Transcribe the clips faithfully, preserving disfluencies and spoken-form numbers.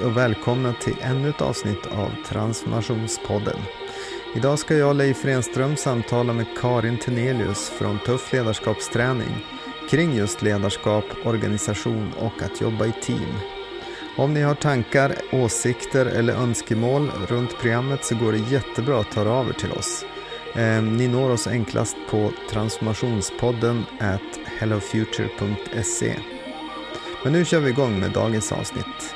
Hej och välkomna till ännu ett avsnitt av Transformationspodden. Idag ska jag, Leif Renström, samtala med Karin Tenelius från Tuff ledarskapsträning kring just ledarskap, organisation och att jobba i team. Om ni har tankar, åsikter eller önskemål runt programmet så går det jättebra att ta av er till oss. Eh, ni når oss enklast på transformationspodden at hellofuture punkt se. Men nu kör vi igång med dagens avsnitt.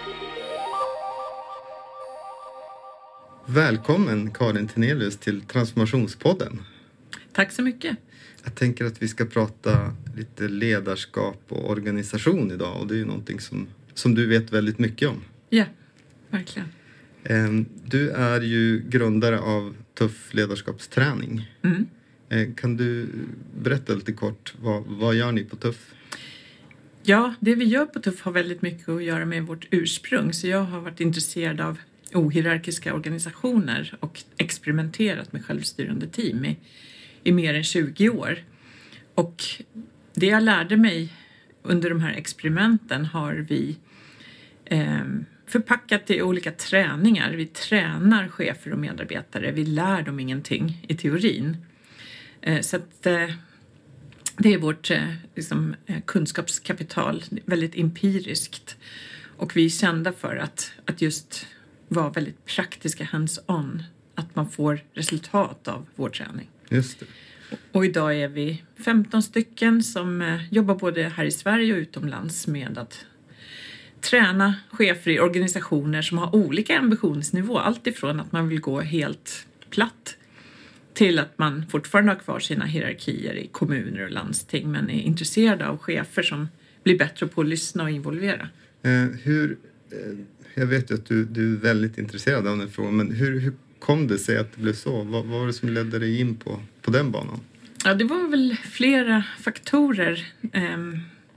Välkommen Karin Tenelius till Transformationspodden. Tack så mycket. Jag tänker att vi ska prata lite ledarskap och organisation idag, och det är ju någonting som, som du vet väldigt mycket om. Ja, verkligen. Du är ju grundare av Tuff ledarskapsträning. Mm. Kan du berätta lite kort, vad, vad gör ni på Tuff? Ja, det vi gör på Tuff har väldigt mycket att göra med vårt ursprung. Så jag har varit intresserad av ohierarkiska organisationer och experimenterat med självstyrande team i, i mer än tjugo år. Och det jag lärde mig under de här experimenten har vi eh, förpackat i olika träningar. Vi tränar chefer och medarbetare. Vi lär dem ingenting i teorin. Eh, så att eh, det är vårt eh, liksom, eh, kunskapskapital, väldigt empiriskt. Och vi är kända för att, att just vara väldigt praktiska hands-on. Att man får resultat av vår träning. Just det. Och idag är vi femton stycken som eh, jobbar både här i Sverige och utomlands med att träna chefer i organisationer som har olika ambitionsnivå. Allt ifrån att man vill gå helt platt till att man fortfarande har kvar sina hierarkier i kommuner och landsting, men är intresserade av chefer som blir bättre på att lyssna och involvera. Eh, hur, eh, jag vet ju att du, du är väldigt intresserad av den frågan, men hur, hur kom det sig att det blev så? Vad, vad var det som ledde dig in på, på den banan? Ja, det var väl flera faktorer. Eh,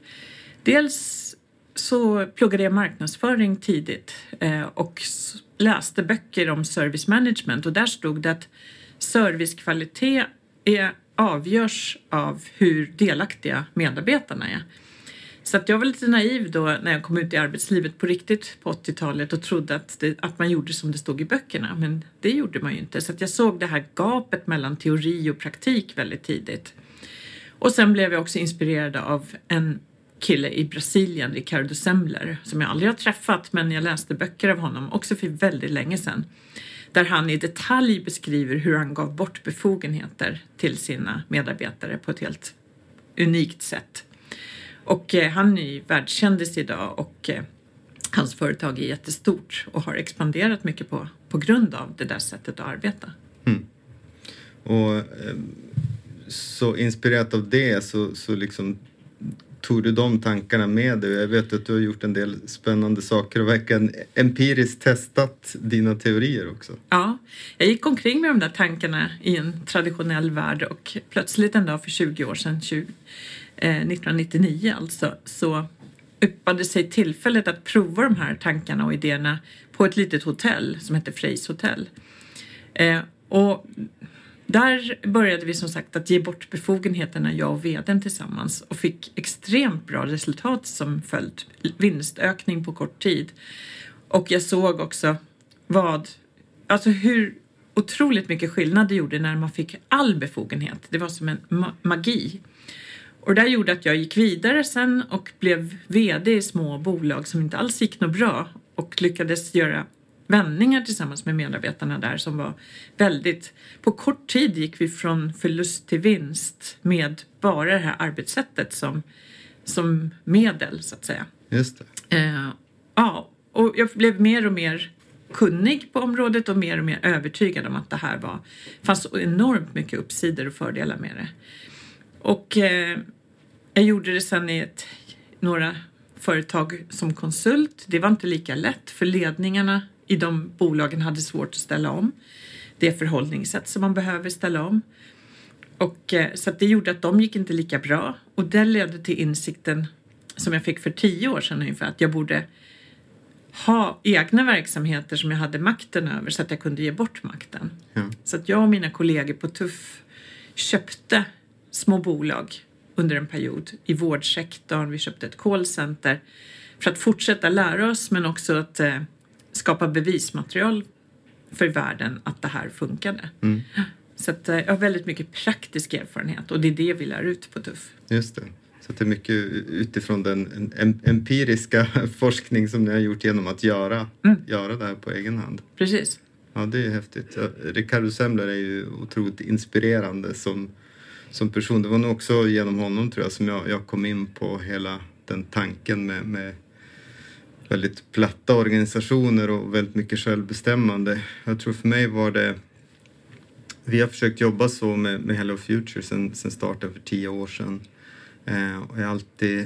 dels så pluggade jag marknadsföring tidigt eh, och läste böcker om service management, och där stod det att servicekvalitet är, avgörs av hur delaktiga medarbetarna är. Så att jag var lite naiv då när jag kom ut i arbetslivet på riktigt på åttiotalet och trodde att, det, att man gjorde som det stod i böckerna. Men det gjorde man ju inte. Så att jag såg det här gapet mellan teori och praktik väldigt tidigt. Och sen blev jag också inspirerad av en kille i Brasilien, Ricardo Semler, som jag aldrig har träffat, men jag läste böcker av honom också för väldigt länge sedan. Där han i detalj beskriver hur han gav bort befogenheter till sina medarbetare på ett helt unikt sätt. Och eh, han är ju världskändis idag, och eh, hans företag är jättestort och har expanderat mycket på, på grund av det där sättet att arbeta. Mm. Och eh, så inspirerat av det så, så liksom tog du de tankarna med dig? Jag vet att du har gjort en del spännande saker och verkligen empiriskt testat dina teorier också. Ja, jag gick omkring med de där tankarna i en traditionell värld, och plötsligt en dag för tjugo år sedan, tjugo, eh, nittonhundranittionio alltså, så öppnade sig tillfället att prova de här tankarna och idéerna på ett litet hotell som heter Freys Hotel. Eh, och där började vi som sagt att ge bort befogenheterna, jag och vdn tillsammans, och fick extremt bra resultat som följd. Vinstökning på kort tid. Och jag såg också vad, alltså hur otroligt mycket skillnad det gjorde när man fick all befogenhet. Det var som en ma- magi. Och det gjorde att jag gick vidare sen och blev vd i små bolag som inte alls gick något bra, och lyckades göra vändningar tillsammans med medarbetarna där som var väldigt... På kort tid gick vi från förlust till vinst med bara det här arbetssättet som, som medel, så att säga. Just det. Eh, ja, och jag blev mer och mer kunnig på området och mer och mer övertygad om att det här var... fanns så enormt mycket uppsidor och fördelar med det. Och eh, jag gjorde det sen i ett, några företag som konsult. Det var inte lika lätt, för ledningarna i de bolagen hade svårt att ställa om det förhållningssätt som man behöver ställa om. Och, så att det gjorde att de gick inte lika bra. Och det ledde till insikten som jag fick för tio år sedan ungefär, att jag borde ha egna verksamheter som jag hade makten över, så att jag kunde ge bort makten. Ja. Så att jag och mina kollegor på Tuff köpte små bolag under en period i vårdsektorn. Vi köpte ett callcenter för att fortsätta lära oss, men också att eh, skapa bevismaterial för världen att det här funkade. Mm. Så att, eh, jag har väldigt mycket praktisk erfarenhet och det är det vi lär ut på Tuff. Just det. Så att det är mycket utifrån den empiriska forskning som ni har gjort genom att göra, mm. göra det här på egen hand. Precis. Ja, det är häftigt. Ja, Ricardo Semler är ju otroligt inspirerande som, som person. Det var nog också genom honom, tror jag, som jag, jag kom in på hela den tanken med, med väldigt platta organisationer och väldigt mycket självbestämmande. Jag tror för mig var det... Vi har försökt jobba så med, med Hello Future sedan, sedan starten för tio år sedan. Eh, och jag har alltid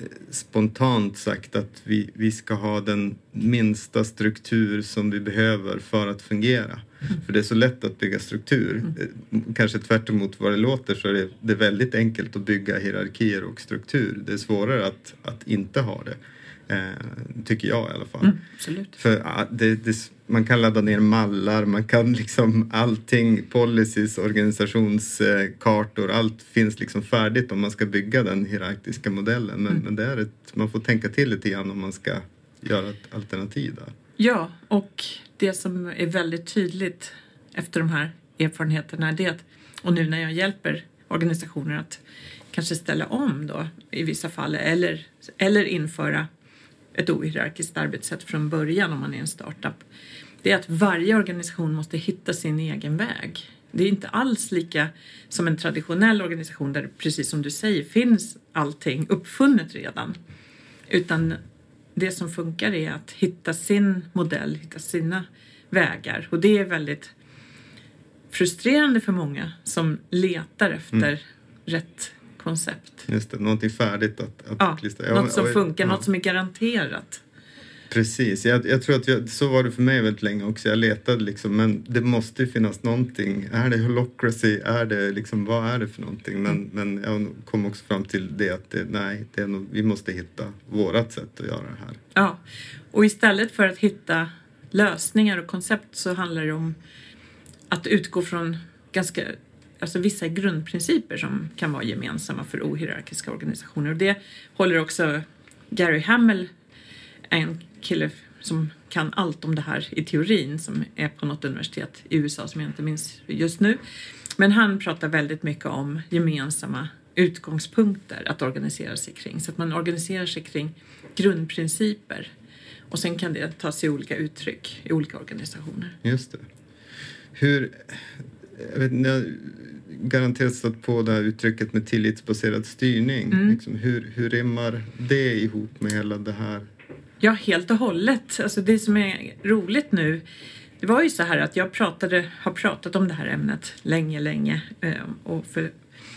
spontant sagt att vi, vi ska ha den minsta struktur som vi behöver för att fungera. Mm. För det är så lätt att bygga struktur. Mm. Kanske tvärt emot vad det låter så är det, det är väldigt enkelt att bygga hierarkier och struktur. Det är svårare att, att inte ha det. Eh, tycker jag i alla fall. Mm, absolut. För ah, det, det, man kan ladda ner mallar, man kan liksom allting, policies, organisationskartor, eh, allt finns liksom färdigt om man ska bygga den hierarkiska modellen. Men, mm. men det är ett, man får tänka till lite grann om man ska göra ett alternativ där. Ja, och det som är väldigt tydligt efter de här erfarenheterna är det att, och nu när jag hjälper organisationer att kanske ställa om då i vissa fall eller, eller införa ett ohierarkiskt arbetssätt från början om man är en startup. Det är att varje organisation måste hitta sin egen väg. Det är inte alls lika som en traditionell organisation där, precis som du säger, finns allting uppfunnet redan. Utan det som funkar är att hitta sin modell, hitta sina vägar. Och det är väldigt frustrerande för många som letar efter mm. rätt koncept. Just det, någonting färdigt att, att ja, klistra. Något som ja, funkar, ja. något som är garanterat. Precis, jag, jag tror att jag, så var det för mig väldigt länge också. Jag letade liksom, men det måste ju finnas någonting. Är det holacracy? Är det liksom, vad är det för någonting? Men, mm. men jag kom också fram till det att det, nej, det är nog, vi måste hitta vårat sätt att göra det här. Ja, och istället för att hitta lösningar och koncept så handlar det om att utgå från ganska... Alltså vissa grundprinciper som kan vara gemensamma för ohierarkiska organisationer. Och det håller också Gary Hamel, en kille som kan allt om det här i teorin, som är på något universitet i U S A som jag inte minns just nu. Men han pratar väldigt mycket om gemensamma utgångspunkter att organisera sig kring. Så att man organiserar sig kring grundprinciper. Och sen kan det ta sig olika uttryck i olika organisationer. Just det. Hur... Jag vet inte, jag garanterat stått på det här uttrycket med tillitsbaserad styrning. Mm. Liksom, hur, hur rimmar det ihop med hela det här? Ja, helt och hållet. Alltså det som är roligt nu, det var ju så här att jag pratade, har pratat om det här ämnet länge, länge och för,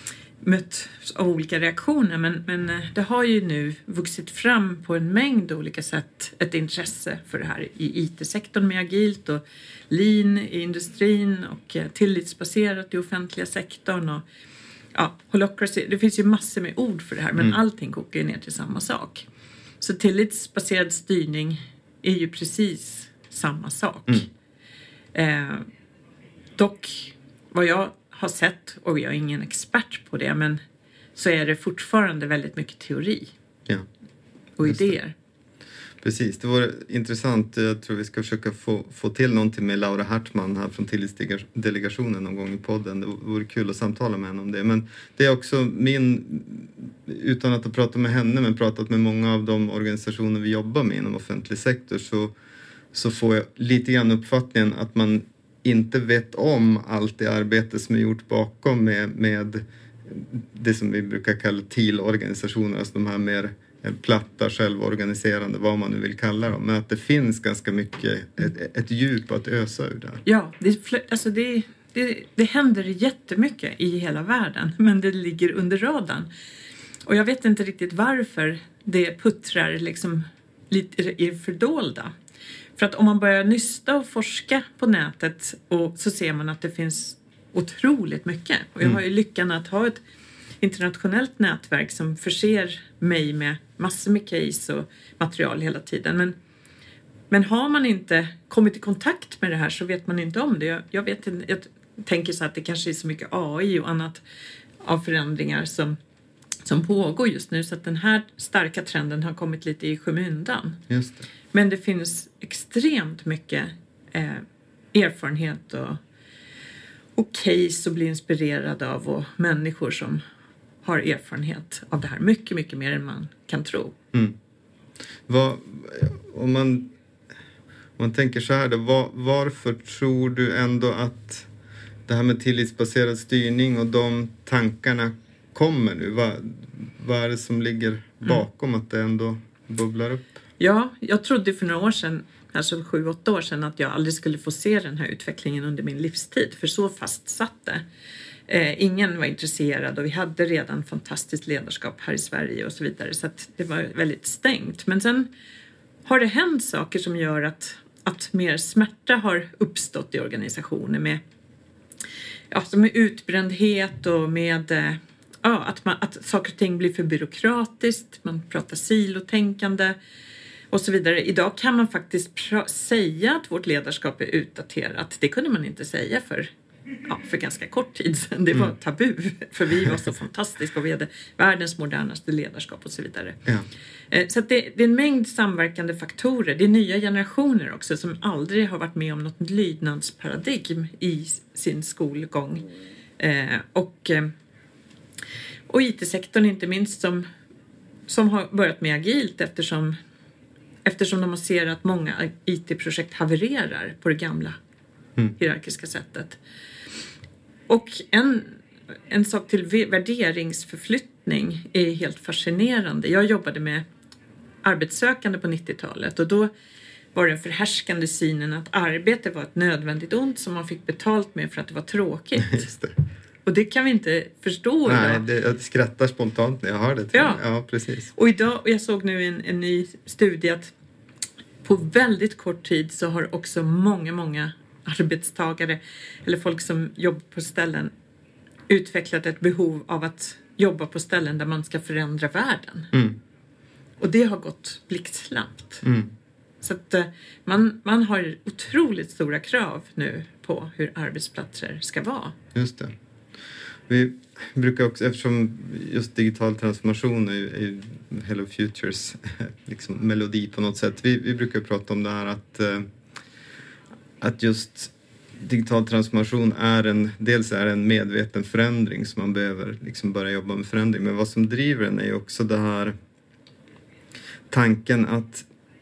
mött av olika reaktioner. Men, men det har ju nu vuxit fram på en mängd olika sätt ett intresse för det här i I T-sektorn med agilt och lean i industrin och tillitsbaserat i offentliga sektorn och ja, holacracy. Det finns ju massor med ord för det här, men mm. allting kokar ju ner till samma sak. Så tillitsbaserad styrning är ju precis samma sak. Mm. Eh, dock vad jag har sett, och jag är ingen expert på det, men så är det fortfarande väldigt mycket teori ja, och idéer. Precis, det var intressant. Jag tror vi ska försöka få, få till någonting med Laura Hartman här från Tillitsdelegationen någon gång i podden. Det vore kul att samtala med henne om det. Men det är också min, utan att ha pratat med henne, men pratat med många av de organisationer vi jobbar med inom offentlig sektor, så, så får jag lite grann uppfattningen att man inte vet om allt det arbete som är gjort bakom med, med det som vi brukar kalla T I L-organisationer, alltså de här mer platta, självorganiserande, vad man nu vill kalla dem. Men att det finns ganska mycket, ett, ett djup att ösa ur där. Ja, det, alltså det, det, det händer jättemycket i hela världen, men det ligger under radarn. Och jag vet inte riktigt varför det puttrar liksom lite i fördolda. För att om man börjar nysta och forska på nätet och så ser man att det finns otroligt mycket. Och jag har ju lyckan att ha ett internationellt nätverk som förser mig med massor med case och material hela tiden. Men, men har man inte kommit i kontakt med det här så vet man inte om det. Jag, jag, vet, jag tänker så att det kanske är så mycket A I och annat av förändringar som som pågår just nu, så att den här starka trenden har kommit lite i skymundan. Just det. Men det finns extremt mycket eh, erfarenhet och, och case att bli inspirerad av, och människor som har erfarenhet av det här mycket, mycket mer än man kan tro. Mm. Vad, om, man, om man tänker så här då, var, varför tror du ändå att det här med tillitsbaserad styrning och de tankarna kommer nu? Vad, vad är det som ligger bakom mm. att det ändå bubblar upp? Ja, jag trodde för några år sedan, alltså sju, åtta år sedan, att jag aldrig skulle få se den här utvecklingen under min livstid. För så fastsatt det. Eh, ingen var intresserad och vi hade redan fantastiskt ledarskap här i Sverige och så vidare. Så att det var väldigt stängt. Men sen har det hänt saker som gör att, att mer smärta har uppstått i organisationer med, ja, med utbrändhet och med eh, ja, att, man, att saker och ting blir för byråkratiskt. Man pratar silotänkande och så vidare. Idag kan man faktiskt pra- säga att vårt ledarskap är utdaterat. Det kunde man inte säga för Ja, för ganska kort tid sedan. Det var tabu. För vi var så fantastiska och vi hade världens modernaste ledarskap och så vidare. Ja. Så att det, det är en mängd samverkande faktorer. Det är nya generationer också som aldrig har varit med om något lydnadsparadigm i sin skolgång. Och, och I T-sektorn inte minst som, som har börjat med agilt eftersom, eftersom de ser att många I T-projekt havererar på det gamla mm. hierarkiska sättet. Och en, en sak till värderingsförflyttning är helt fascinerande. Jag jobbade med arbetssökande på nittiotalet och då var den förhärskande synen att arbete var ett nödvändigt ont som man fick betalt med för att det var tråkigt. Just det. Och det kan vi inte förstå Nej, idag. Det, jag skrattar spontant när jag hör det. Ja. ja, precis. Och idag, och jag såg nu en, en ny studie att på väldigt kort tid så har också många, många arbetstagare eller folk som jobbar på ställen utvecklat ett behov av att jobba på ställen där man ska förändra världen. Mm. Och det har gått blixtsnabbt. Mm. Så att man, man har otroligt stora krav nu på hur arbetsplatser ska vara. Just det. Vi brukar också, eftersom just digital transformation är, är Hello Futures liksom melodi på något sätt. Vi, vi brukar prata om det här att att just digital transformation är en, dels är en medveten förändring som man behöver liksom börja jobba med förändring. Men vad som driver den är också det här tanken att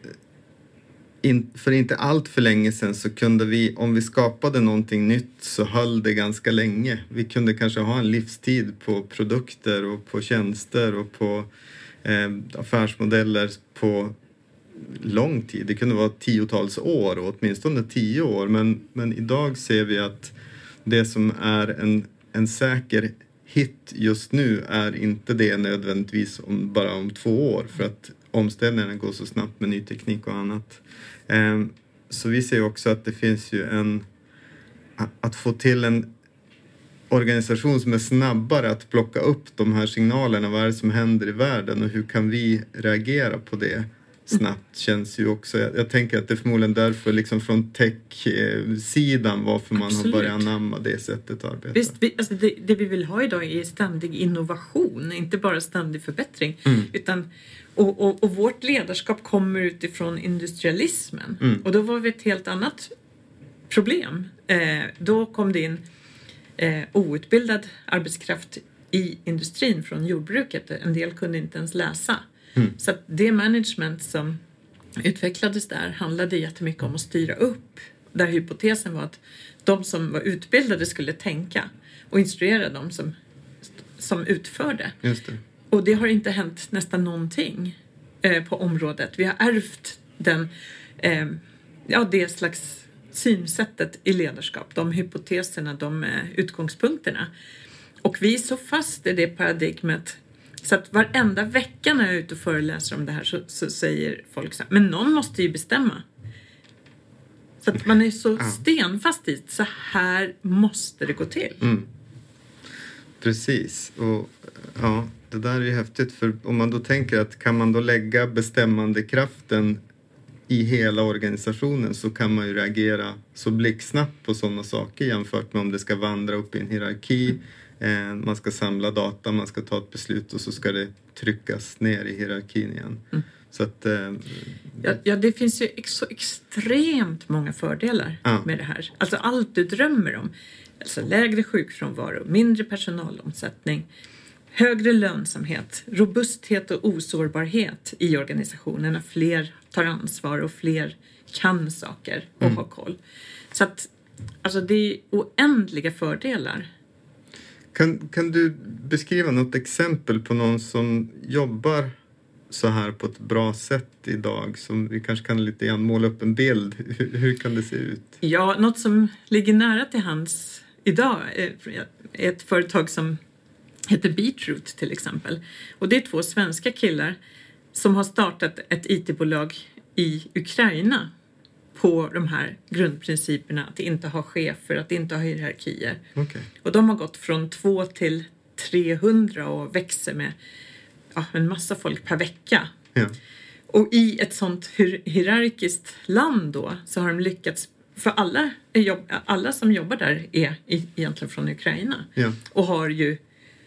in, för inte allt för länge sedan så kunde vi, om vi skapade någonting nytt så höll det ganska länge. Vi kunde kanske ha en livstid på produkter och på tjänster och på eh, affärsmodeller på lång tid. Det kunde vara tiotals år och åtminstone tio år. Men, men idag ser vi att det som är en, en säker hit just nu är inte det nödvändigtvis om, bara om två år. För att omställningarna går så snabbt med ny teknik och annat. Eh, så vi ser också att det finns ju en... Att få till en organisation som är snabbare att plocka upp de här signalerna. Vad är det som händer i världen och hur kan vi reagera på det snabbt känns ju också. Jag, jag tänker att det är förmodligen därför liksom från tech-sidan varför man Absolut. har börjat anamma det sättet att arbeta. Visst, vi, alltså det, det vi vill ha idag är ständig innovation, inte bara ständig förbättring. Mm. Utan, och, och, och vårt ledarskap kommer utifrån industrialismen. Mm. Och då var vi ett helt annat problem. Eh, då kom det in eh, outbildad arbetskraft i industrin från jordbruket. En del kunde inte ens läsa. Mm. Så att det management som utvecklades där handlade jättemycket om att styra upp. Där hypotesen var att de som var utbildade skulle tänka och instruera dem som, som utförde. Just det. Och det har inte hänt nästan någonting eh, på området. Vi har ärvt den, eh, ja, det slags synsättet i ledarskap. De hypoteserna, de eh, utgångspunkterna. Och vi är så fast i det paradigmet. Så att varenda vecka när jag är ute och föreläser om det här så, så säger folk så här, men någon måste ju bestämma. Så att man är så stenfast i, så här måste det gå till. Mm. Precis. Och ja, det där är ju häftigt. För om man då tänker att kan man då lägga bestämmandekraften i hela organisationen så kan man ju reagera så blixtsnabbt på sådana saker jämfört med om det ska vandra upp i en hierarki Eh, man ska samla data, man ska ta ett beslut och så ska det tryckas ner i hierarkin igen. Mm. Så att, eh, ja, ja, det finns ju ex- så extremt många fördelar ja. med det här. Alltså allt du drömmer om. Alltså lägre sjukfrånvaro, mindre personalomsättning, högre lönsamhet, robusthet och osårbarhet i organisationerna. Fler tar ansvar och fler kan saker och mm. har koll. Så att alltså det är oändliga fördelar. Kan, kan du beskriva något exempel på någon som jobbar så här på ett bra sätt idag, som vi kanske kan lite grann måla upp en bild? Hur, hur kan det se ut? Ja, något som ligger nära till hands idag är ett företag som heter Beatroot till exempel. Och det är två svenska killar som har startat ett I T-bolag i Ukraina på de här grundprinciperna att inte ha chefer, att inte ha hierarkier. Okay. Och de har gått från två till trehundra och växer med ja, en massa folk per vecka. Ja. Och i ett sånt hier- hierarkiskt land då så har de lyckats, för alla, jobb, alla som jobbar där är egentligen från Ukraina. Ja. Och har ju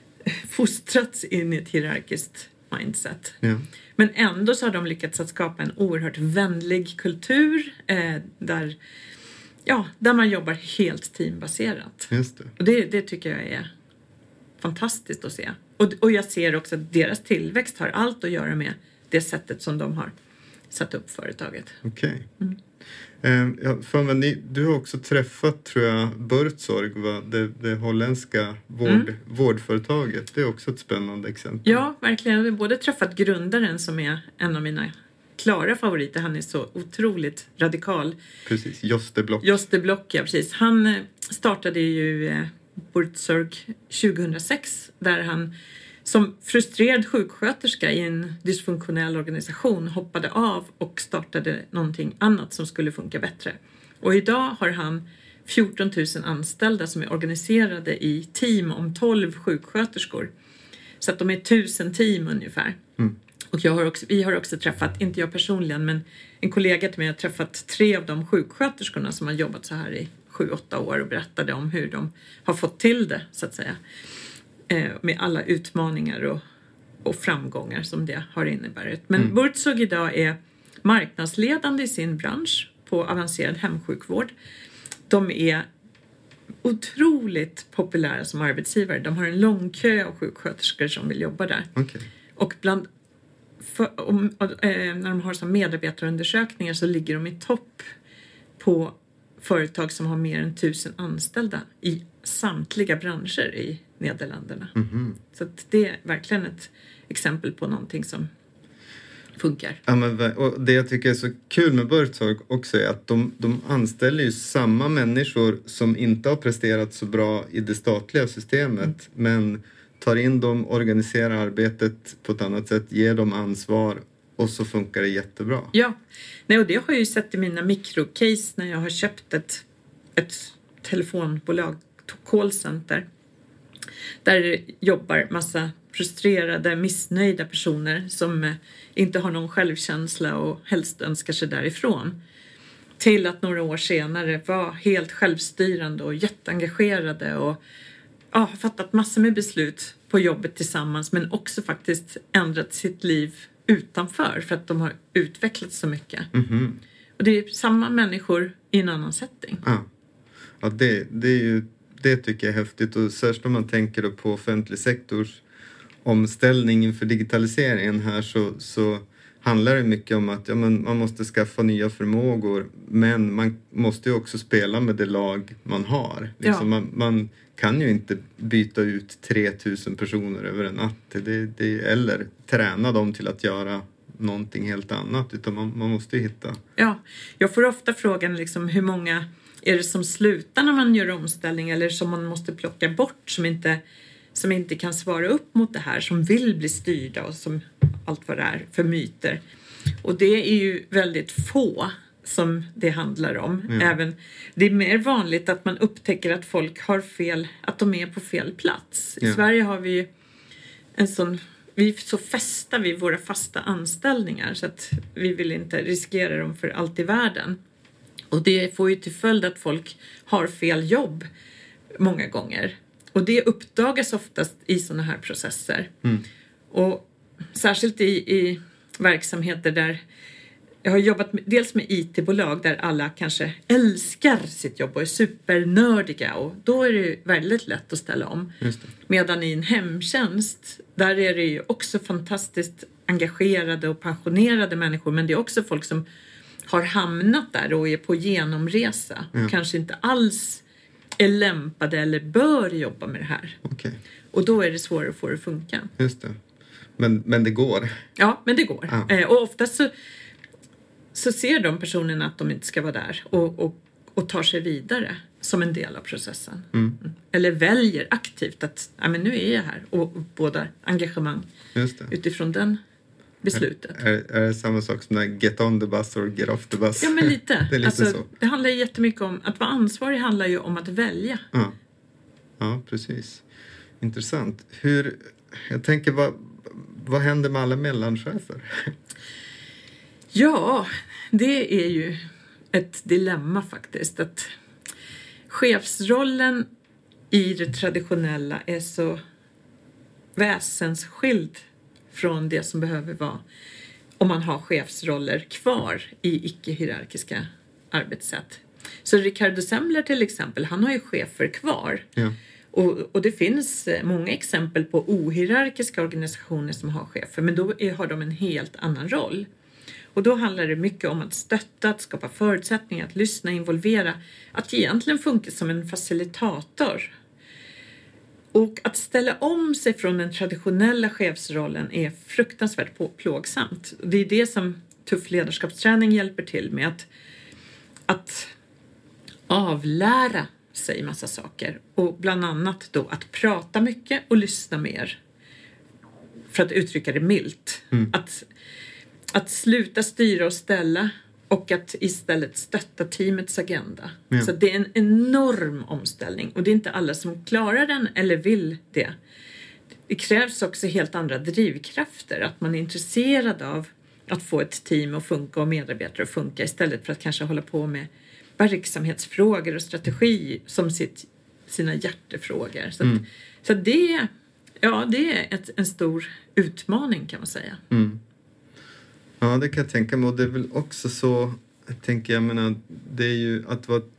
fostrats in i ett hierarkiskt mindset. Ja. Men ändå så har de lyckats att skapa en oerhört vänlig kultur eh, där, ja, där man jobbar helt teambaserat. Just det. Och det, det tycker jag är fantastiskt att se. Och, och jag ser också att deras tillväxt har allt att göra med det sättet som de har satt upp företaget. Okej. Okay. Mm. Eh, ja, för mig, ni, du har också träffat, tror jag, Buurtzorg, va? Det, det holländska vård, mm. vårdföretaget. Det är också ett spännande exempel. Ja, verkligen. Vi har både träffat grundaren som är en av mina klara favoriter. Han är så otroligt radikal. Precis, Jos de Blok. Jos de Blok, ja precis. Han startade ju eh, Buurtzorg tjugohundrasex där han som frustrerad sjuksköterska i en dysfunktionell organisation hoppade av och startade någonting annat som skulle funka bättre. Och idag har han fjorton tusen anställda som är organiserade i team om tolv sjuksköterskor. Så att de är tusen team ungefär. Mm. Och jag har också, vi har också träffat, inte jag personligen, men en kollega till mig har träffat tre av de sjuksköterskorna som har jobbat så här i sju, åtta år och berättade om hur de har fått till det, så att säga. Eh, med alla utmaningar och, och framgångar som det har inneburit. Men mm. Buurtzorg idag är marknadsledande i sin bransch på avancerad hemsjukvård. De är otroligt populära som arbetsgivare. De har en lång kö av sjuksköterskor som vill jobba där. Okay. Och bland för, om, äh, när de har som medarbetarundersökningar så ligger de i topp på företag som har mer än tusen anställda i samtliga branscher i Nederländerna. Mm-hmm. Så att det är verkligen ett exempel på någonting som funkar. Ja, men, och det jag tycker är så kul med Buurtzorg också är att de, de anställer ju samma människor som inte har presterat så bra i det statliga systemet, mm. men tar in dem, organiserar arbetet på ett annat sätt, ger dem ansvar och så funkar det jättebra. Ja, nej, och det har jag ju sett i mina mikrocase när jag har köpt ett, ett telefonbolag, callcenter, där jobbar massa frustrerade, missnöjda personer som inte har någon självkänsla och helst önskar sig därifrån. Till att några år senare vara helt självstyrande och jätteengagerade och ja, har fattat massor med beslut på jobbet tillsammans, men också faktiskt ändrat sitt liv utanför för att de har utvecklats så mycket. Mm-hmm. Och det är samma människor i en annan setting. Ja, ja det, det, är ju, det tycker jag är häftigt. Och särskilt om man tänker då på offentlig sektors omställning inför digitaliseringen här så, så handlar det mycket om att ja, men man måste skaffa nya förmågor, men man måste ju också spela med det lag man har. Liksom Ja. man, man kan ju inte byta ut tre tusen personer över en natt det, det, eller träna dem till att göra någonting helt annat, utan man, man måste ju hitta. Ja, jag får ofta frågan liksom, hur många är det som slutar när man gör omställning eller som man måste plocka bort som inte, som inte kan svara upp mot det här, som vill bli styrda och som allt vad det är för myter. Och det är ju väldigt få som det handlar om. Ja. Även, det är mer vanligt att man upptäcker att folk har fel, att de är på fel plats. I Ja. Sverige har vi en sån, vi är så fästa vid våra fasta anställningar så att vi vill inte riskera dem för allt i världen. Och det får ju till följd att folk har fel jobb många gånger. Och det uppdagas oftast i sådana här processer. Mm. Och särskilt i, i verksamheter där jag har jobbat med, dels med I T-bolag där alla kanske älskar sitt jobb och är supernördiga, och då är det väldigt lätt att ställa om. Just det. Medan i en hemtjänst, där är det ju också fantastiskt engagerade och passionerade människor, men det är också folk som har hamnat där och är på genomresa. Ja. Kanske inte alls är lämpade eller bör jobba med det här. Okej. Och då är det svårare att få det att funka. Just det. Men, men det går. Ja, men det går. Ja. Eh, och oftast så, så ser de personerna att de inte ska vara där och, och, och tar sig vidare som en del av processen. Mm. Eller väljer aktivt att ja, men nu är jag här, och, och båda engagemang Just det. utifrån den beslutet. Är, är det samma sak som när get on the bus or get off the bus? Ja, men lite. Det är lite alltså, så. Det handlar jättemycket om att vara ansvarig, handlar ju om att välja. Ja, ja precis. Intressant. Hur, jag tänker, vad, vad händer med alla mellanchefer? Ja, det är ju ett dilemma faktiskt. Att chefsrollen i det traditionella är så väsensskild från det som behöver vara om man har chefsroller kvar i icke-hierarkiska arbetssätt. Så Ricardo Semler till exempel, han har ju chefer kvar. Ja. Och, och det finns många exempel på ohierarkiska organisationer som har chefer, men då är, har de en helt annan roll. Och då handlar det mycket om att stötta, att skapa förutsättningar, att lyssna, involvera, att egentligen funka som en facilitator. Och att ställa om sig från den traditionella chefsrollen är fruktansvärt plågsamt. Det är det som tuff ledarskapsträning hjälper till med, att, att avlära sig massa saker. Och bland annat då att prata mycket och lyssna mer. För att uttrycka det milt. Mm. Att, att sluta styra och ställa och att istället stötta teamets agenda. Ja. Så det är en enorm omställning, och det är inte alla som klarar den eller vill det. Det krävs också helt andra drivkrafter, att man är intresserad av att få ett team att funka och medarbetare att funka, istället för att kanske hålla på med verksamhetsfrågor och strategi som sitt, sina hjärtefrågor. Så, att, Mm. så det, ja, det är ett, en stor utmaning, kan man säga. Mm. Ja, det kan jag tänka mig. Och det är väl också så, jag tänker, jag menar, det är ju att vara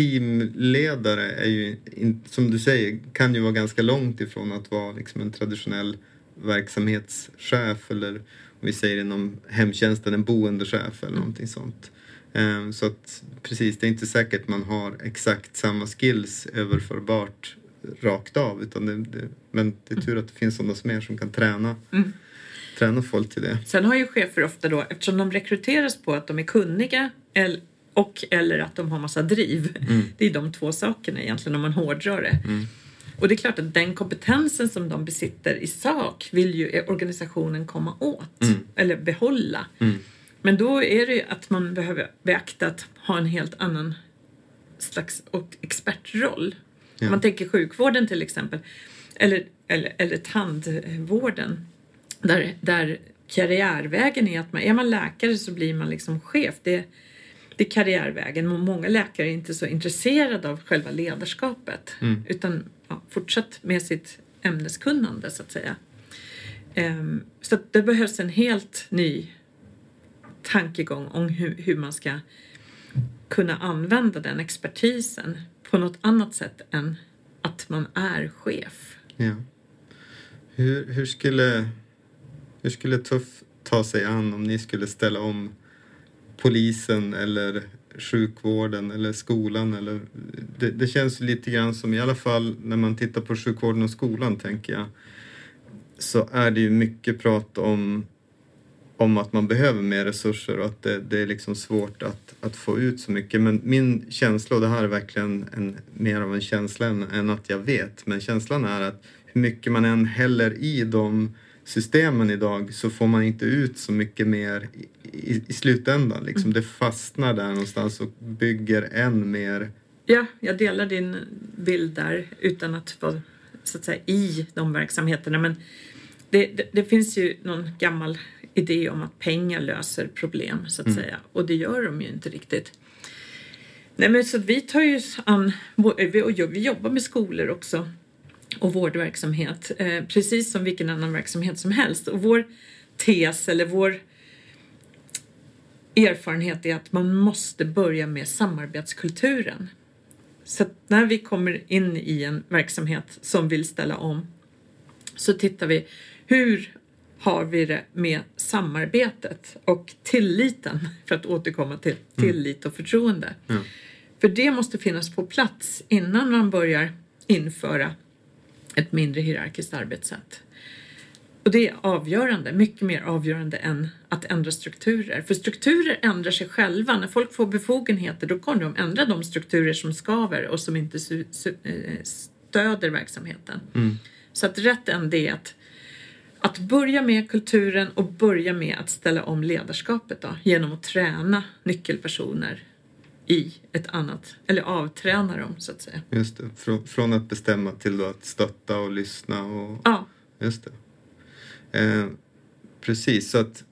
teamledare är ju, in, som du säger, kan ju vara ganska långt ifrån att vara liksom en traditionell verksamhetschef, eller om vi säger inom hemtjänsten en boendechef eller Mm. någonting sånt. Um, så att precis, det är inte säkert man har exakt samma skills överförbart rakt av, utan det, det, men det är tur att det finns sådana som er som kan träna Mm. träna folk till det. Sen har ju chefer ofta då, eftersom de rekryteras på att de är kunniga eller, och eller att de har massa driv. Mm. Det är de två sakerna egentligen om man hårdrar det. Mm. Och det är klart att den kompetensen som de besitter i sak vill ju organisationen komma åt. Mm. Eller behålla. Mm. Men då är det ju att man behöver beakta att ha en helt annan slags och expertroll. Ja. Om man tänker sjukvården till exempel. Eller, eller, eller tandvården. Där, där karriärvägen är att man, är man läkare så blir man liksom chef. Det, det är karriärvägen. Många läkare är inte så intresserade av själva ledarskapet. Mm. Utan ja, fortsatt med sitt ämneskunnande, så att säga. Um, så att det behövs en helt ny tankegång om hur, hur man ska kunna använda den expertisen på något annat sätt än att man är chef. Ja. Hur, hur skulle hur skulle Tuff ta sig an om ni skulle ställa om polisen eller sjukvården eller skolan? Eller, det, det känns lite grann som, i alla fall när man tittar på sjukvården och skolan, tänker jag, så är det ju mycket prat om om att man behöver mer resurser och att det, det är liksom svårt att, att få ut så mycket. Men min känsla, och det här är verkligen en, mer av en känsla än, än att jag vet, men känslan är att hur mycket man än häller i de systemen idag så får man inte ut så mycket mer i, i, i slutändan. Liksom. Mm. Det fastnar där någonstans och bygger än mer. Ja, jag delar din bild där utan att vara så att säga i de verksamheterna. Men det, det, det finns ju någon gammal idé om att pengar löser problem, så att mm. säga. Och det gör de ju inte riktigt. Nej, men så vi tar ju an, vi jobbar med skolor också. och vårdverksamhet. Eh, precis som vilken annan verksamhet som helst. Och vår tes eller vår erfarenhet är att man måste börja med samarbetskulturen. Så att när vi kommer in i en verksamhet som vill ställa om så tittar vi hur har vi det med samarbetet och tilliten, för att återkomma till tillit och förtroende. Mm. För det måste finnas på plats innan man börjar införa ett mindre hierarkiskt arbetssätt. Och det är avgörande, mycket mer avgörande än att ändra strukturer. För strukturer ändrar sig själva. När folk får befogenheter då kommer de ändra de strukturer som skaver och som inte su- su- stöder verksamheten. Mm. Så att rätt än är att, att börja med kulturen och börja med att ställa om ledarskapet då, genom att träna nyckelpersoner i ett annat, eller avträna dem så att säga. Just det, från, från att bestämma till då att stötta och lyssna. Och, ja. Just det. Eh, precis, så att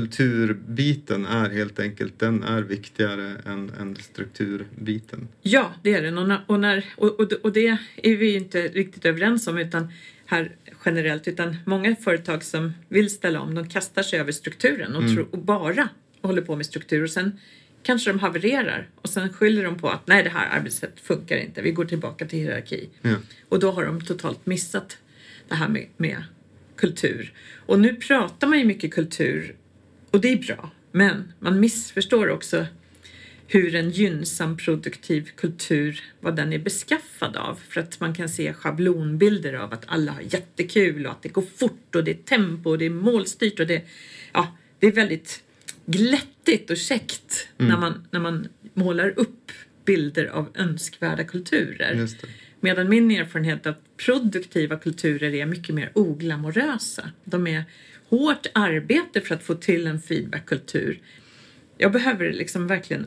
kulturbiten är helt enkelt, den är viktigare än, än strukturbiten. Ja, det är den. Och, när, och, när, och, och, och det är vi inte riktigt överens om utan här generellt, utan många företag som vill ställa om, de kastar sig över strukturen och, Mm. tro, och bara håller på med struktur och sen kanske de havererar och sen skyller de på att nej, det här arbetssättet funkar inte, vi går tillbaka till hierarki. Ja. Och då har de totalt missat det här med, med kultur. Och nu pratar man ju mycket kultur och det är bra, men man missförstår också hur en gynnsam produktiv kultur, vad den är beskaffad av. För att man kan se schablonbilder av att alla har jättekul och att det går fort och det är tempo och det är målstyrt och det, ja, det är väldigt glättigt och käckt Mm. när, man, när man målar upp bilder av önskvärda kulturer. Just det. Medan min erfarenhet av produktiva kulturer är mycket mer oglamorösa. De är hårt arbete för att få till en feedbackkultur. Jag behöver liksom verkligen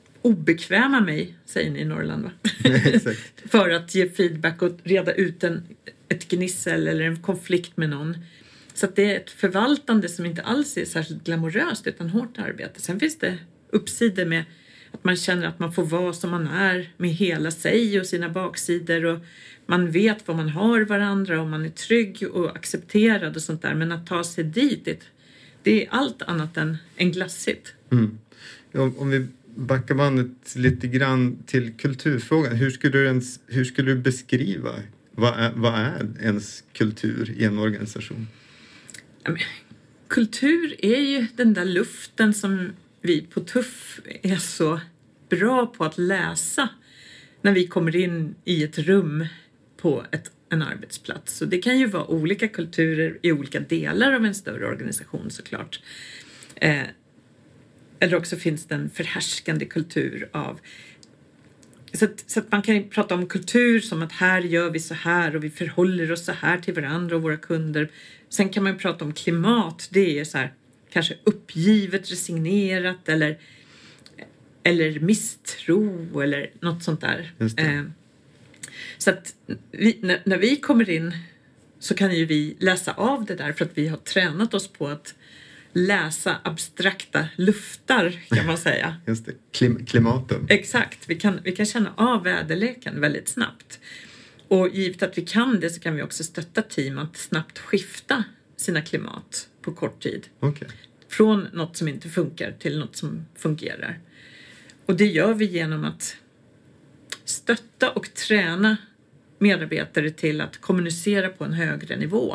obekväma mig, säger ni i Norrland va? Exakt. För att ge feedback och reda ut en, ett gnissel eller en konflikt med någon. Så att det är ett förvaltande som inte alls är särskilt glamoröst utan hårt arbete. Sen finns det uppsidor med att man känner att man får vara som man är med hela sig och sina baksidor och man vet vad man har varandra och man är trygg och accepterad och sånt där. Men att ta sig dit, det är allt annat än, än glassigt. Mm. Ja, om vi backar bandet lite grann till kulturfrågan. Hur skulle du, ens, hur skulle du beskriva vad är, vad är ens kultur i en organisation? Ja, men, kultur är ju den där luften som vi på Tuff är så bra på att läsa när vi kommer in i ett rum på ett, en arbetsplats. Så det kan ju vara olika kulturer i olika delar av en större organisation såklart. Eh, eller också finns det en förhärskande kultur av... Så att, så att man kan prata om kultur som att här gör vi så här och vi förhåller oss så här till varandra och våra kunder. Sen kan man prata om klimat, det är så här kanske uppgivet, resignerat eller, eller misstro eller något sånt där. Eh, så att vi, när, när vi kommer in så kan ju vi läsa av det där för att vi har tränat oss på att läsa abstrakta luftar kan man säga. Just det, Klim- klimaten. Exakt, vi kan, vi kan känna av väderleken väldigt snabbt. Och givet att vi kan det så kan vi också stötta team att snabbt skifta sina klimat på kort tid. Okay. Från något som inte funkar till något som fungerar. Och det gör vi genom att stötta och träna medarbetare till att kommunicera på en högre nivå.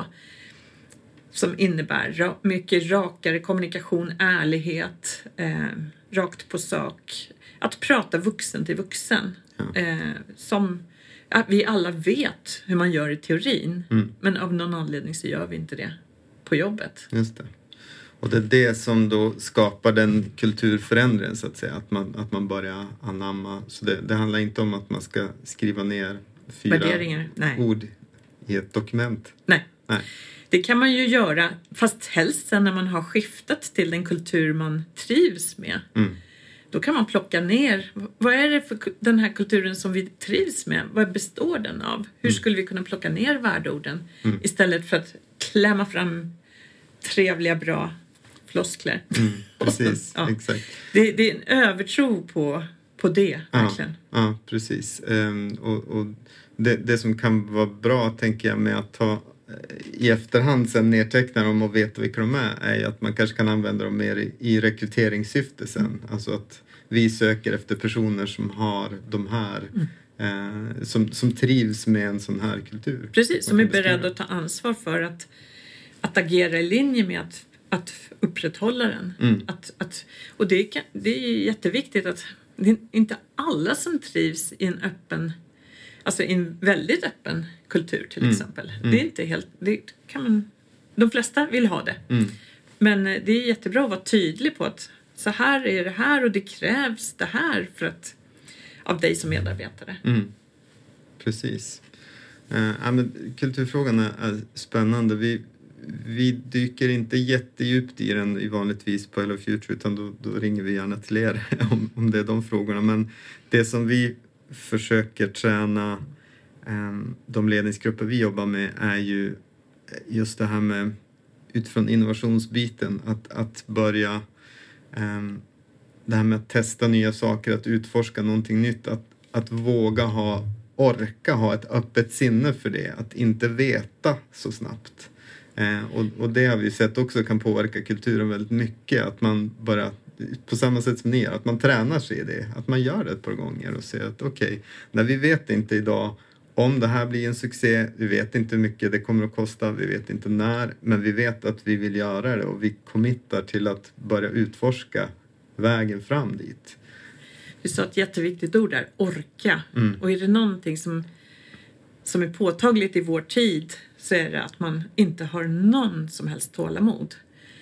Som innebär ra- mycket rakare kommunikation, ärlighet, eh, rakt på sak. Att prata vuxen till vuxen. Ja. Eh, som att vi alla vet hur man gör i teorin. Mm. Men av någon anledning så gör vi inte det på jobbet. Just det. Och det är det som då skapar den kulturförändringen så att säga. Att man, att man börjar anamma. Så det, det handlar inte om att man ska skriva ner fyra Värderingar, nej. ord i ett dokument. Nej. Nej. Det kan man ju göra, fast helst sen när man har skiftat till den kultur man trivs med. Mm. Då kan man plocka ner, vad är det för den här kulturen som vi trivs med? Vad består den av? Hur Mm. skulle vi kunna plocka ner värdeorden Mm. istället för att klämma fram trevliga, bra floskler? Mm. Precis, Ja. exakt. Det, det är en övertro på på det, verkligen. Ja, ja precis. Um, och och det, det som kan vara bra, tänker jag, med att ta i efterhand sen nedteckna dem och veta vilka de är, är att man kanske kan använda dem mer i, i rekryteringssyfte sen. Mm. Alltså att vi söker efter personer som har de här, mm. eh, som, som trivs med en sån här kultur. Precis, som är beredda att ta ansvar för att, att agera i linje med att, att upprätthålla den. Mm. Att, att, och det, kan, det är jätteviktigt att det är inte alla som trivs i en öppen, alltså i en väldigt öppen kultur till mm. exempel. Mm. Det är inte helt, det kan man, de flesta vill ha det. Mm. Men det är jättebra att vara tydlig på att så här är det här och det krävs det här för att, av dig som medarbetare. Mm. Precis. Uh, ja, men kulturfrågan är, är spännande. Vi, vi dyker inte jättedjupt i den i vanligtvis på Hello Future, utan då, då ringer vi gärna till er om, om det är de frågorna. Men det som vi försöker träna um, de ledningsgrupper vi jobbar med är ju just det här med utifrån innovationsbiten, att, att börja um, det här med att testa nya saker, att utforska någonting nytt, att, att våga ha, orka ha ett öppet sinne för det, att inte veta så snabbt. Eh, och, och det har vi sett också kan påverka kulturen väldigt mycket, att man bara, på samma sätt som ni gör, att man tränar sig i det, att man gör det ett par gånger och ser att okej, okay, när vi vet inte idag om det här blir en succé, vi vet inte hur mycket det kommer att kosta, vi vet inte när, men vi vet att vi vill göra det och vi committar till att börja utforska vägen fram dit. Du sa ett jätteviktigt ord där, orka. Mm. Och är det någonting som, som är påtagligt i vår tid, så är det att man inte har någon som helst tålamod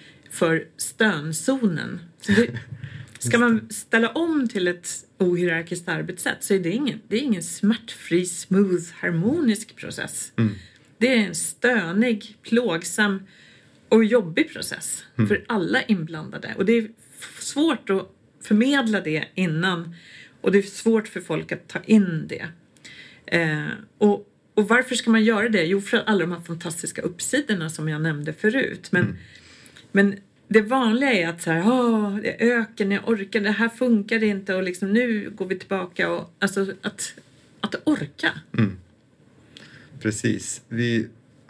för stönzonen. Så det, ska man ställa om till ett ohierarkiskt arbetssätt, så är det ingen, det är ingen smärtfri, smooth, harmonisk process. Mm. Det är en stönig, plågsam och jobbig process mm. för alla inblandade. Och det är svårt att förmedla det innan, och det är svårt för folk att ta in det. Eh, och, och varför ska man göra det? Jo, för alla de här fantastiska uppsidorna som jag nämnde förut. Men, mm. men det vanliga är att så här, åh, det är öken, jag orkar, det här funkar inte och liksom, nu går vi tillbaka. Och, alltså att, att orka. Mm. Precis. Vi,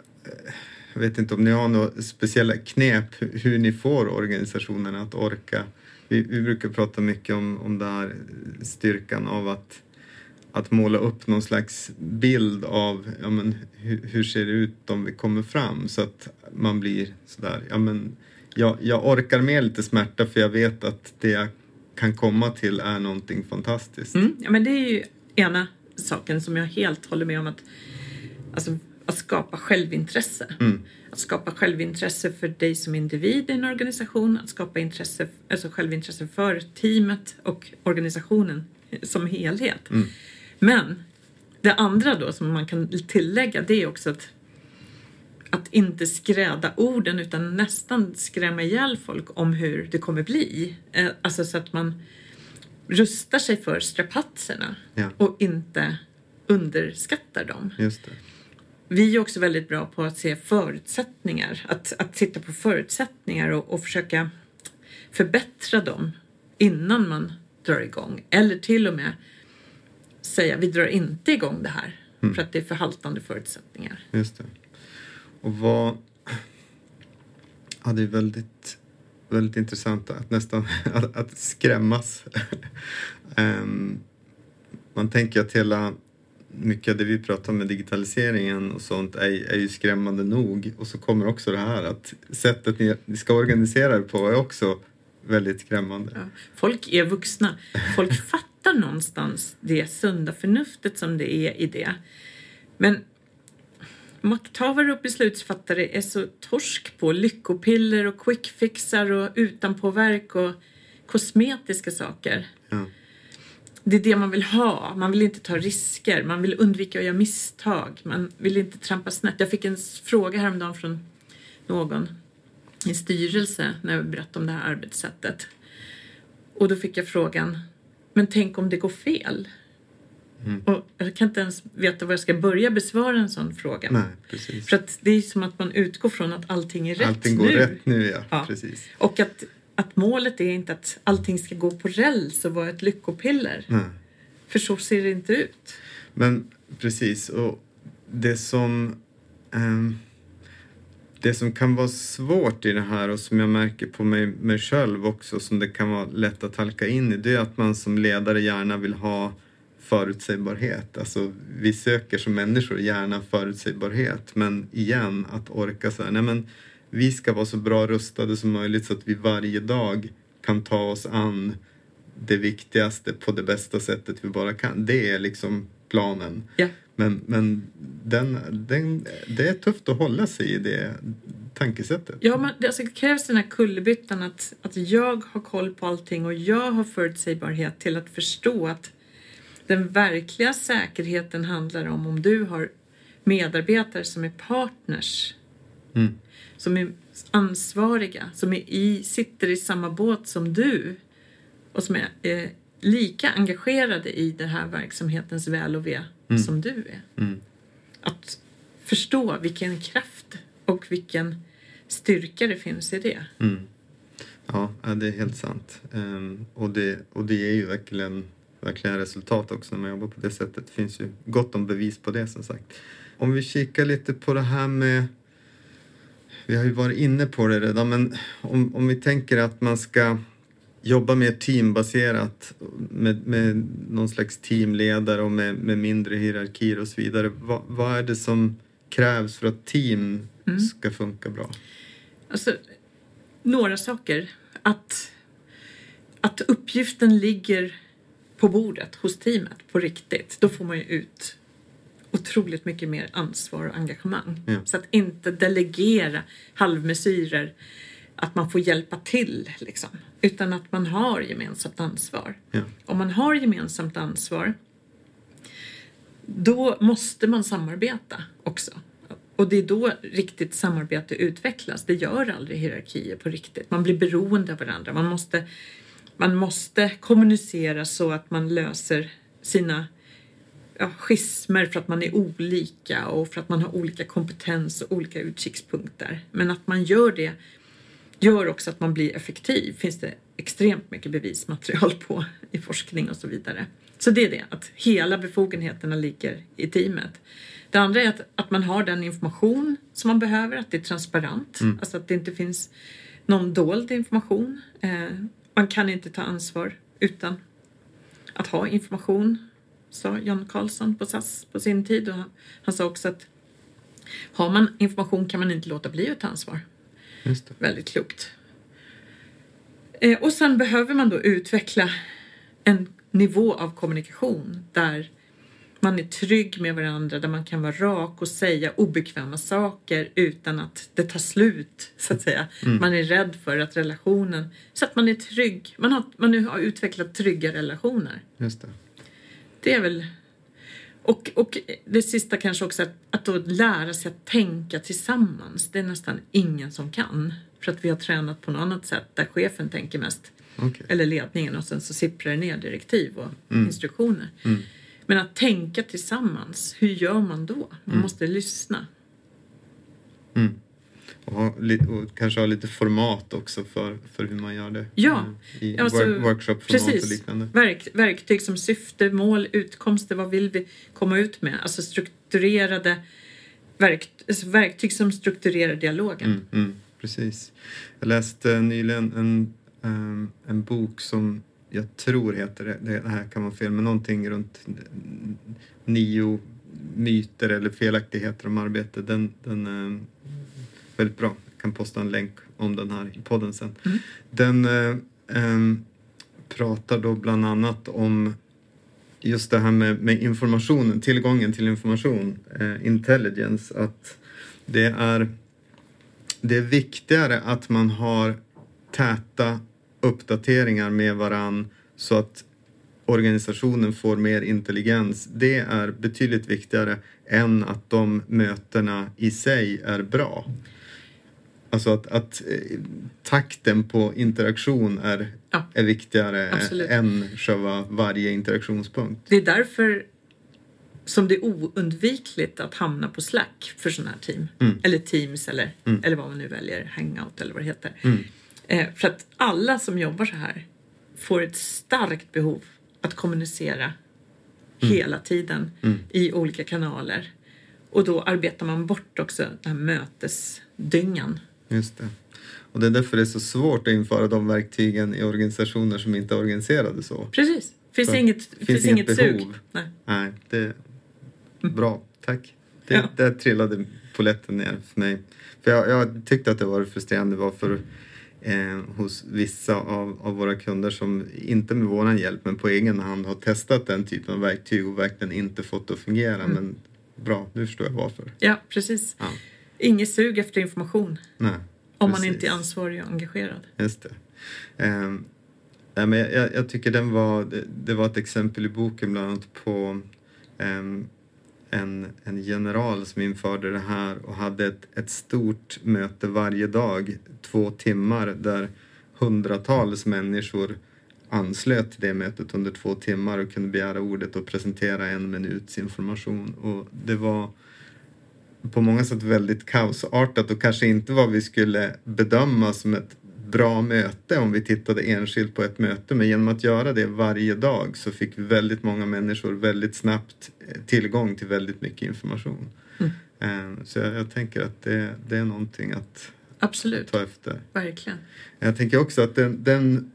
jag vet inte om ni har några speciella knep hur ni får organisationerna att orka. Vi, vi brukar prata mycket om, om det här styrkan av att, att måla upp någon slags bild av ja, men, hur, hur ser det ut om vi kommer fram, så att man blir sådär, ja men jag, jag orkar med lite smärta för jag vet att det jag kan komma till är någonting fantastiskt. Mm, ja, men det är ju ena saken som jag helt håller med om, att, alltså, att skapa självintresse. Mm. Att skapa självintresse för dig som individ i en organisation. Att skapa intresse, alltså självintresse för teamet och organisationen som helhet. Mm. Men det andra då som man kan tillägga, det är också att, att inte skräda orden utan nästan skrämma ihjäl folk om hur det kommer bli. Alltså så att man rustar sig för strapatserna ja. Och inte underskattar dem. Just det. Vi är också väldigt bra på att se förutsättningar. Att, att titta på förutsättningar och, och försöka förbättra dem innan man drar igång. Eller till och med säga, vi drar inte igång det här. Mm. För att det är förhaltande förutsättningar. Just det. Och vad... Ja, det är väldigt, väldigt intressant att nästan att, att skrämmas. um, man tänker att hela... mycket av det vi pratar om med digitaliseringen och sånt är, är ju skrämmande nog. Och så kommer också det här att sättet ni, ni ska organisera det på är också väldigt skrämmande. Ja. Folk är vuxna. Folk fattar någonstans det sunda förnuftet som det är i det. Men makthavare och beslutsfattare är så torsk på lyckopiller och quickfixar och utanpåverk och kosmetiska saker. Ja. Det är det man vill ha. Man vill inte ta risker. Man vill undvika att göra misstag. Man vill inte trampa snett. Jag fick en fråga häromdagen från någon i styrelse när jag berättade om det här arbetssättet. Och då fick jag frågan, men tänk om det går fel? Mm. Och jag kan inte ens veta var jag ska börja besvara en sån fråga. Nej, precis. För att det är som att man utgår från att allting är rätt nu. Allting går nu. rätt nu, ja. ja. Precis. Och att att målet är inte att allting ska gå på räls och vara ett lyckopiller. Nej. För så ser det inte ut. Men precis, och det som um, det som kan vara svårt i det här och som jag märker på mig, mig själv också, som det kan vara lätt att halka in i, det är att man som ledare gärna vill ha förutsägbarhet. Alltså vi söker som människor gärna förutsägbarhet, men igen att orka så här, nej men vi ska vara så bra rustade som möjligt så att vi varje dag kan ta oss an det viktigaste på det bästa sättet vi bara kan. Det är liksom planen. Ja. Men, men den, den, det är tufft att hålla sig i det tankesättet. Ja, men det, alltså, det krävs den här kullerbyttan att, att jag har koll på allting och jag har förutsägbarhet till att förstå att den verkliga säkerheten handlar om om du har medarbetare som är partners. Mm. Som är ansvariga, som är i, sitter i samma båt som du och som är eh, lika engagerade i den här verksamhetens väl och ve mm. som du är. Mm. Att förstå vilken kraft och vilken styrka det finns i det. Mm. Ja, det är helt sant. Um, och, det, och det är ju verkligen, verkligen resultat också när man jobbar på det sättet. Det finns ju gott om bevis på det som sagt. Om vi kikar lite på det här med, vi har ju varit inne på det redan, men om, om vi tänker att man ska jobba mer teambaserat med, med någon slags teamledare och med, med mindre hierarkier och så vidare. Va, vad är det som krävs för att team mm. ska funka bra? Alltså, några saker. Att, att uppgiften ligger på bordet hos teamet på riktigt. Då får man ju ut otroligt mycket mer ansvar och engagemang. Ja. Så att inte delegera halvmesyrer, att man får hjälpa till liksom. Utan att man har gemensamt ansvar. Ja. Om man har gemensamt ansvar, då måste man samarbeta också. Och det är då riktigt samarbete utvecklas. Det gör aldrig hierarkier på riktigt. Man blir beroende av varandra. Man måste, man måste kommunicera så att man löser sina ja, schismer för att man är olika och för att man har olika kompetens och olika utkikspunkter. Men att man gör det gör också att man blir effektiv. Finns det extremt mycket bevismaterial på i forskning och så vidare. Så det är det, att hela befogenheterna ligger i teamet. Det andra är att, att man har den information som man behöver, att det är transparent. Mm. Alltså att det inte finns någon dold information. Eh, man kan inte ta ansvar utan att ha information, sa Jan Karlsson på S A S på sin tid. Och han, han sa också att har man information kan man inte låta bli att ta ansvar. Just det. Väldigt klokt. Eh, och sen behöver man då utveckla en nivå av kommunikation där man är trygg med varandra, där man kan vara rak och säga obekväma saker utan att det tar slut, så att säga. Mm. Man är rädd för att relationen, så att man är trygg. Man har, man har utvecklat trygga relationer. Just det. Det är väl... Och, och det sista kanske också att, att då lära sig att tänka tillsammans. Det är nästan ingen som kan. För att vi har tränat på något annat sätt där chefen tänker mest. Okay. Eller ledningen, och sen så sipprar det ner direktiv och mm. instruktioner. Mm. Men att tänka tillsammans, hur gör man då? Man mm. måste lyssna. Mm. Och, ha, och kanske ha lite format också för, för hur man gör det. Ja. I alltså, work, workshop-format och liknande. Verk, verktyg som syfte, mål, utkomster, vad vill vi komma ut med? Alltså strukturerade verk, alltså verktyg som strukturerar dialogen. Mm, mm, precis. Jag läste nyligen en, um, en bok som jag tror heter det, det här kan vara fel, men någonting runt nio myter eller felaktigheter om arbete. Den, den är väldigt bra. Jag kan posta en länk om den här i podden sen. Mm. Den eh, eh, pratar då bland annat om just det här med, med informationen, tillgången till information, eh, intelligence, att det är, det är viktigare att man har täta uppdateringar med varann så att organisationen får mer intelligens. Det är betydligt viktigare än att de mötena i sig är bra. Alltså att, att eh, takten på interaktion är, ja, är viktigare absolut. Än själva varje interaktionspunkt. Det är därför som det är oundvikligt att hamna på Slack för sådana här team. Mm. Eller Teams eller, mm. eller vad man nu väljer, Hangout eller vad det heter. Mm. Eh, för att alla som jobbar så här får ett starkt behov att kommunicera mm. hela tiden mm. i olika kanaler. Och då arbetar man bort också den här mötesdyngan. Just det. Och det är därför det är så svårt att införa de verktygen i organisationer som inte är organiserade så. Precis. Finns så, inget, finns, finns inget, inget behov. Sug. Nej. Nej, det är bra. Tack. Det, ja. Där trillade poletten ner för mig. För jag, jag tyckte att det var frustrerande var för eh, hos vissa av, av våra kunder som inte med våran hjälp men på egen hand har testat den typen av verktyg och verkligen inte fått det att fungera. Mm. Men bra, nu förstår jag varför. Ja, precis. Ja. Inget sug efter information. Nej. Om man inte är ansvarig och engagerad. Just det. Um, ja, men jag, jag tycker den var, det, det var ett exempel i boken bland annat på um, en, en general som införde det här och hade ett, ett stort möte varje dag, två timmar där hundratals människor anslöt till det mötet under två timmar och kunde begära ordet och presentera en minuts information. Och det var på många sätt väldigt kaosartat och kanske inte vad vi skulle bedöma som ett bra möte om vi tittade enskilt på ett möte. Men genom att göra det varje dag så fick väldigt många människor väldigt snabbt tillgång till väldigt mycket information. Mm. Så jag, jag tänker att det, det är någonting att Absolut. ta efter. Verkligen. Jag tänker också att den, den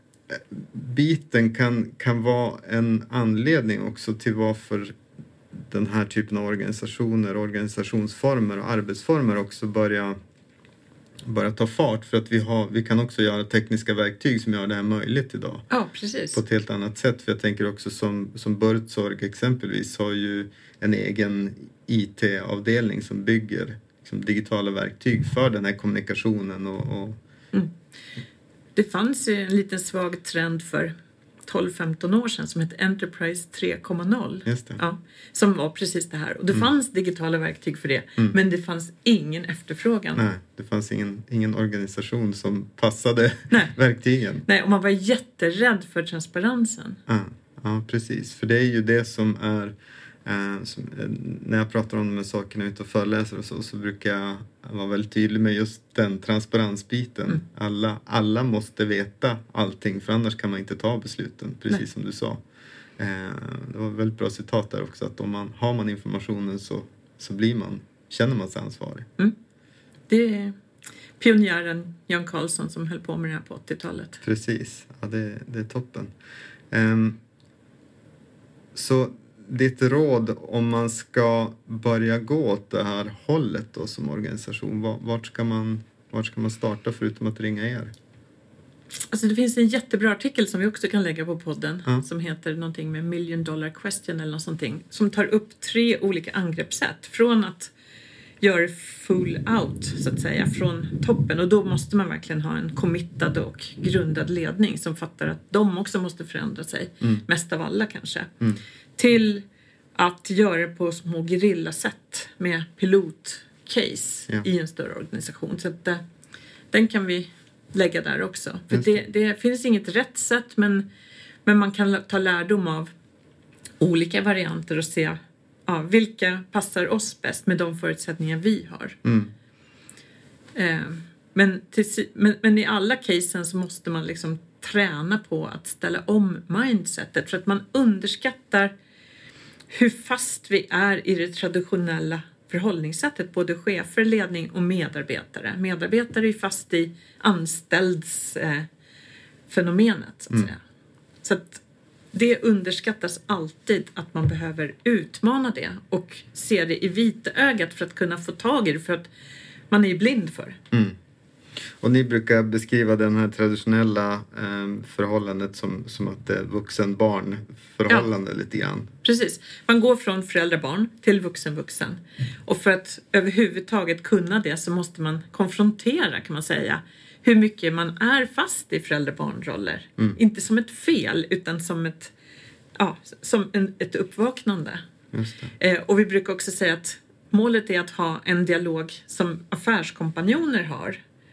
biten kan, kan vara en anledning också till varför den här typen av organisationer, organisationsformer och arbetsformer också börjar, börjar ta fart. För att vi, har, vi kan också göra tekniska verktyg som gör det här möjligt idag. Ja, precis. På ett helt annat sätt. För jag tänker också som, som Buurtzorg exempelvis har ju en egen I T-avdelning som bygger liksom, digitala verktyg för den här kommunikationen. Och, och... Mm. Det fanns ju en liten svag trend för tolv femton år sedan som hette Enterprise tre komma noll. Just det. Ja, som var precis det här. Och det mm. fanns digitala verktyg för det. Mm. Men det fanns ingen efterfrågan. Nej, det fanns ingen, ingen organisation som passade Nej. verktygen. Nej, och man var jätterädd för transparensen. Ja, ja, precis. För det är ju det som är... Eh, som, eh, när jag pratar om de här sakerna ute och föreläser och så, så brukar jag vara väldigt tydlig med just den transparensbiten. Mm. Alla, alla måste veta allting, för annars kan man inte ta besluten, precis Nej. som du sa. Eh, det var ett väldigt bra citat där också, att om man har man informationen så, så blir man, känner man sig ansvarig. Mm. Det är pionjären Jan Carlson som höll på med det här på åttiotalet. Precis, ja, det, det är toppen. Eh, så ditt råd om man ska börja gå åt det här hållet då som organisation, vart ska man, vart ska man starta förutom att ringa er? Alltså det finns en jättebra artikel som vi också kan lägga på podden ja. som heter någonting med million dollar question eller något sånting, som tar upp tre olika angreppssätt från att göra full out så att säga från toppen, och då måste man verkligen ha en committad och grundad ledning som fattar att de också måste förändra sig, mm. mest av alla kanske. Mm. Till att göra det på små gerillasätt med pilotcase ja. i en större organisation. Så att uh, den kan vi lägga där också. För det, det finns inget rätt sätt, men, men man kan ta lärdom av olika varianter och se ja, vilka passar oss bäst med de förutsättningar vi har. Mm. Uh, men, till, men, men i alla casen så måste man liksom träna på att ställa om mindsetet, för att man underskattar hur fast vi är i det traditionella förhållningssättet, både chefer, ledning och medarbetare. Medarbetare är fast i anställdsfenomenet eh, så att mm. säga. Så att det underskattas alltid att man behöver utmana det och se det i vitögat för att kunna få tag i det, för att man är blind för. Mm. Och ni brukar beskriva den här traditionella eh, förhållandet som, som att det är vuxen-barn förhållande ja. lite grann. Precis. Man går från föräldrabarn till vuxen-vuxen. Och för att överhuvudtaget kunna det så måste man konfrontera, kan man säga, hur mycket man är fast i föräldrabarnroller. Mm. Inte som ett fel utan som ett, ja, som en, ett uppvaknande. Just det. Eh, och vi brukar också säga att målet är att ha en dialog som affärskompanjoner har.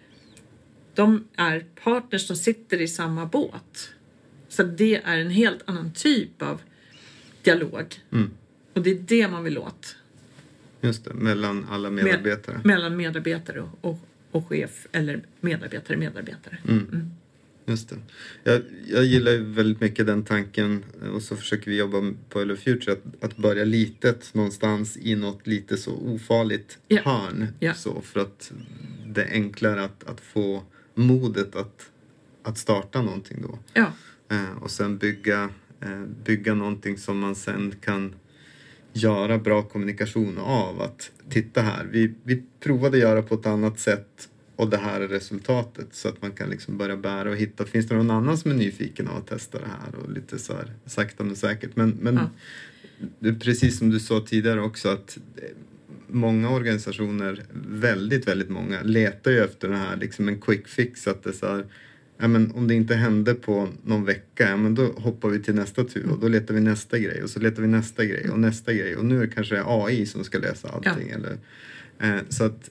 De är partners som sitter i samma båt. Så det är en helt annan typ av dialog. Mm. Och det är det man vill åt. Just det, mellan alla medarbetare. Med, mellan medarbetare och, och och chef eller medarbetare medarbetare. Mm. Mm. Just det. Jag, jag gillar ju väldigt mycket den tanken, och så försöker vi jobba på Hello Future att, att börja litet någonstans i något lite så ofarligt yeah. hörn. Yeah. Så, för att det är enklare att, att få modet att, att starta någonting då. Ja. Eh, och sen bygga, eh, bygga någonting som man sen kan göra bra kommunikation av. Att titta här, vi, vi provade göra på ett annat sätt och det här är resultatet, så att man kan liksom börja bära och hitta. Finns det någon annan som är nyfiken av att testa det här? Och lite så här sakta men säkert. Men, men ja. det är precis som du sa tidigare också, att många organisationer, väldigt, väldigt många, letar ju efter det här liksom en quick fix. Att det är så här, ja, men om det inte hände på någon vecka, ja, men då hoppar vi till nästa tur och då letar vi nästa grej och så letar vi nästa grej och nästa grej. Och nu är det kanske A I som ska lösa allting. Ja. Eller, eh, så att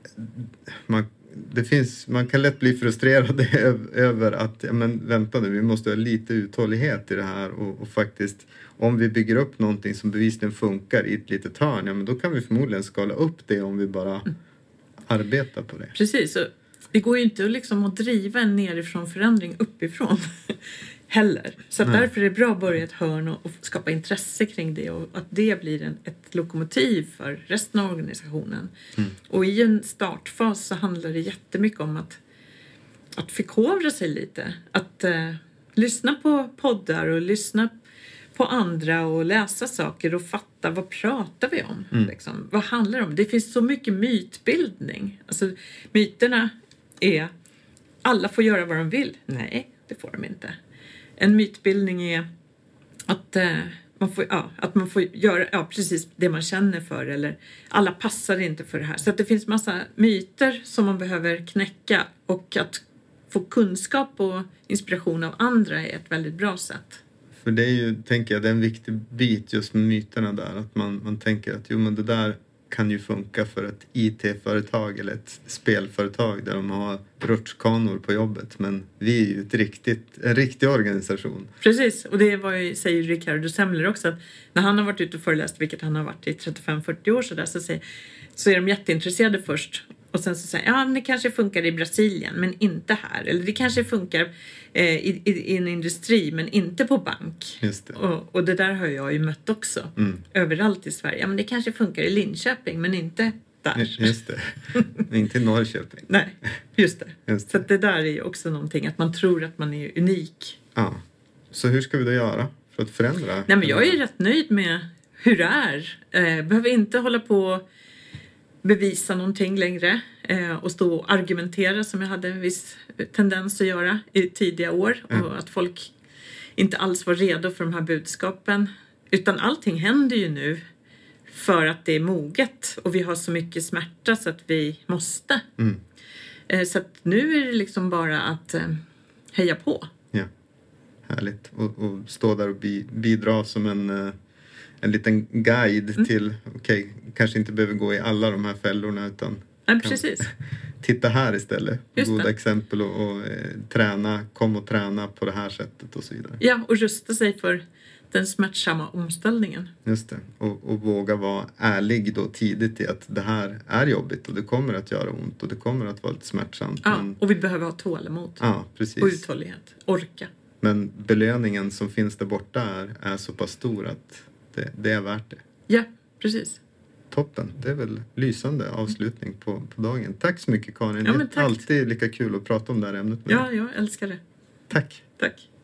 man Det finns, man kan lätt bli frustrerad över att, ja men vänta nu, vi måste ha lite uthållighet i det här och, och faktiskt, om vi bygger upp någonting som bevisligen funkar i ett litet hörn, ja men då kan vi förmodligen skala upp det om vi bara mm. arbetar på det. Precis, och det går ju inte liksom att driva en nerifrån förändring uppifrån heller. Så att därför är det bra att börja ett hörn och, och skapa intresse kring det och att det blir en, ett lokomotiv för resten av organisationen. Mm. Och i en startfas så handlar det jättemycket om att, att förkovra sig lite. Att eh, lyssna på poddar och lyssna på andra och läsa saker och fatta vad pratar vi om. Mm. Liksom. Vad handlar det om? Det finns så mycket mytbildning. Alltså myterna är alla får göra vad de vill. Nej, det får de inte. En mytbildning är att, eh, man, får, ja, att man får göra ja, precis det man känner för. Eller alla passar inte för det här. Så att det finns massa myter som man behöver knäcka. Och att få kunskap och inspiration av andra är ett väldigt bra sätt. För det är ju, tänker jag, det är en viktig bit just med myterna där. Att man, man tänker att jo men det där kan ju funka för ett I T-företag eller ett spelföretag där de har rutschkanor på jobbet. Men vi är ju ett riktigt, en riktig organisation. Precis, och det var ju, säger Ricardo Semler också, att när han har varit ute och föreläst, vilket han har varit i trettiofem fyrtio år så, där, så, säger, så är de jätteintresserade först. Och sen så säger ja det kanske funkar i Brasilien men inte här. Eller det kanske funkar eh, i, i, i en industri men inte på bank. Just det. Och, och det där har jag ju mött också. Mm. Överallt i Sverige. Ja men det kanske funkar i Linköping men inte där. Just det. Inte i Norrköping. Nej, just det. Just det. Så att det där är ju också någonting att man tror att man är unik. Ja. Så hur ska vi då göra för att förändra? Nej men jag är rätt nöjd med hur det är. Eh, behöver inte hålla på bevisa någonting längre eh, och stå och argumentera som jag hade en viss tendens att göra i tidiga år. Mm. Och att folk inte alls var redo för de här budskapen. Utan allting händer ju nu för att det är moget och vi har så mycket smärta så att vi måste. Mm. Eh, så att nu är det liksom bara att eh, heja på. Ja, härligt. Och, och stå där och bi, bidra som en... Eh... En liten guide mm. till, okej, okay, kanske inte behöver gå i alla de här fällorna utan ja, precis. titta här istället. Just goda det. Exempel och, och eh, träna, kom och träna på det här sättet och så vidare. Ja, och rusta sig för den smärtsamma omställningen. Just det, och, och våga vara ärlig då tidigt i att det här är jobbigt och det kommer att göra ont och det kommer att vara lite smärtsamt. Ja, men... och vi behöver ha tålamod. Ja, precis. Och uthållighet, orka. Men belöningen som finns där borta är, är så pass stor att Det, det är värt det. Ja, precis. Toppen. Det är väl lysande avslutning på, på dagen. Tack så mycket Karin. Ja, det är tack. alltid lika kul att prata om det här ämnet med Ja, jag älskar det. Tack. Tack.